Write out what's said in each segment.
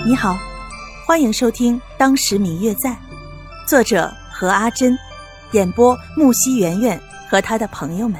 你好，欢迎收听《当时明月在》，作者何阿珍，演播木西圆圆和他的朋友们。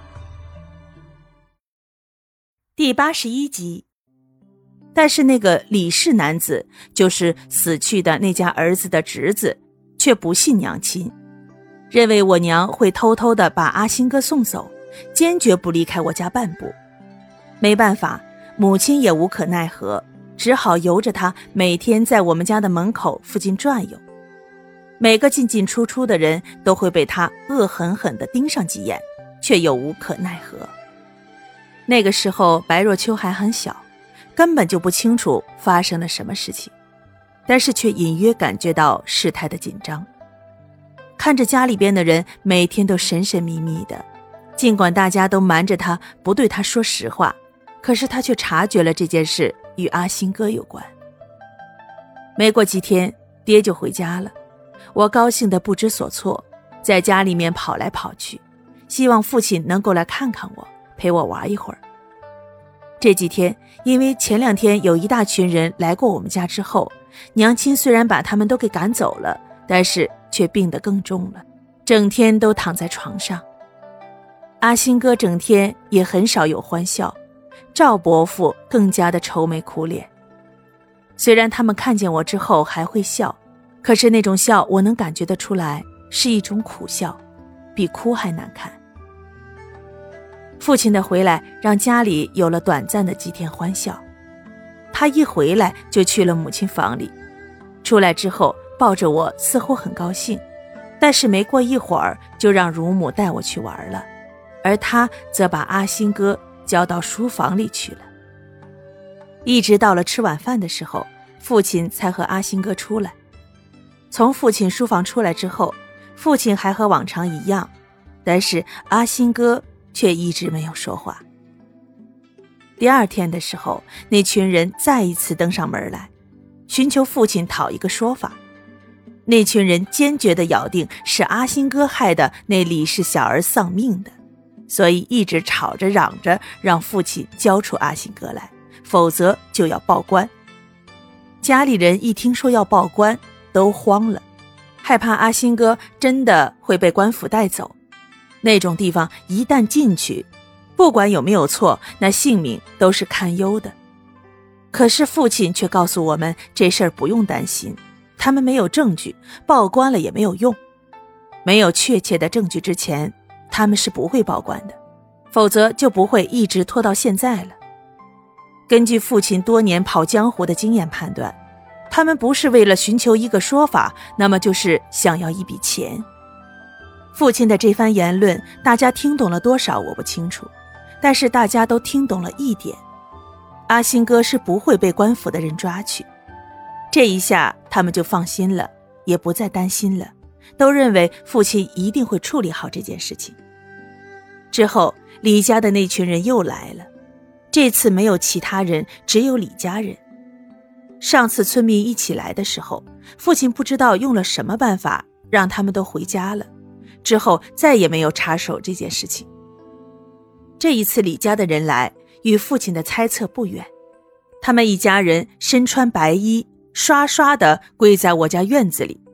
第81集。但是那个李氏男子，就是死去的那家儿子的侄子，却不信娘亲，认为我娘会偷偷地把阿星哥送走，坚决不离开我家半步。没办法，母亲也无可奈何，只好由着他每天在我们家的门口附近转悠。每个进进出出的人都会被他恶狠狠地盯上几眼，却又无可奈何。那个时候白若秋还很小，根本就不清楚发生了什么事情，但是却隐约感觉到事态的紧张。看着家里边的人每天都神神秘秘的，尽管大家都瞒着他不对他说实话，可是他却察觉了这件事与阿星哥有关。没过几天，爹就回家了，我高兴得不知所措，在家里面跑来跑去，希望父亲能够来看看我，陪我玩一会儿。这几天因为前2天有一大群人来过我们家之后，娘亲虽然把他们都给赶走了，但是却病得更重了，整天都躺在床上。阿星哥整天也很少有欢笑，赵伯父更加的愁眉苦脸。虽然他们看见我之后还会笑，可是那种笑我能感觉得出来是一种苦笑，比哭还难看。父亲的回来让家里有了短暂的几天欢笑。他一回来就去了母亲房里，出来之后抱着我似乎很高兴，但是没过一会儿就让乳母带我去玩了，而他则把阿星哥交到书房里去了。一直到了吃晚饭的时候，父亲才和阿星哥出来。从父亲书房出来之后，父亲还和往常一样，但是阿星哥却一直没有说话。第2天的时候，那群人再一次登上门来，寻求父亲讨一个说法。那群人坚决地咬定是阿星哥害的那李氏小儿丧命的，所以一直吵着嚷着让父亲交出阿星哥来，否则就要报官。家里人一听说要报官，都慌了，害怕阿星哥真的会被官府带走。那种地方一旦进去，不管有没有错，那性命都是堪忧的。可是父亲却告诉我们，这事儿不用担心，他们没有证据，报官了也没有用。没有确切的证据之前，他们是不会报官的，否则就不会一直拖到现在了。根据父亲多年跑江湖的经验判断，他们不是为了寻求一个说法，那么就是想要一笔钱。父亲的这番言论，大家听懂了多少我不清楚，但是大家都听懂了一点，阿星哥是不会被官府的人抓去。这一下他们就放心了，也不再担心了，都认为父亲一定会处理好这件事情。之后李家的那群人又来了，这次没有其他人，只有李家人。上次村民一起来的时候，父亲不知道用了什么办法让他们都回家了，之后再也没有插手这件事情。这一次李家的人来，与父亲的猜测不远，他们一家人身穿白衣，刷刷地跪在我家院子里。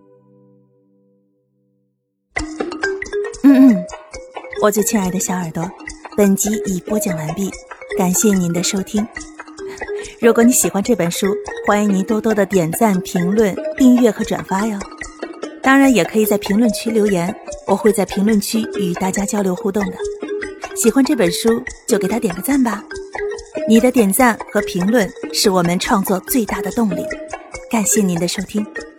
我最亲爱的小耳朵，本集已播讲完毕，感谢您的收听。如果你喜欢这本书，欢迎您多多的点赞、评论、订阅和转发哟。当然也可以在评论区留言，我会在评论区与大家交流互动的。喜欢这本书就给它点个赞吧，你的点赞和评论是我们创作最大的动力。感谢您的收听。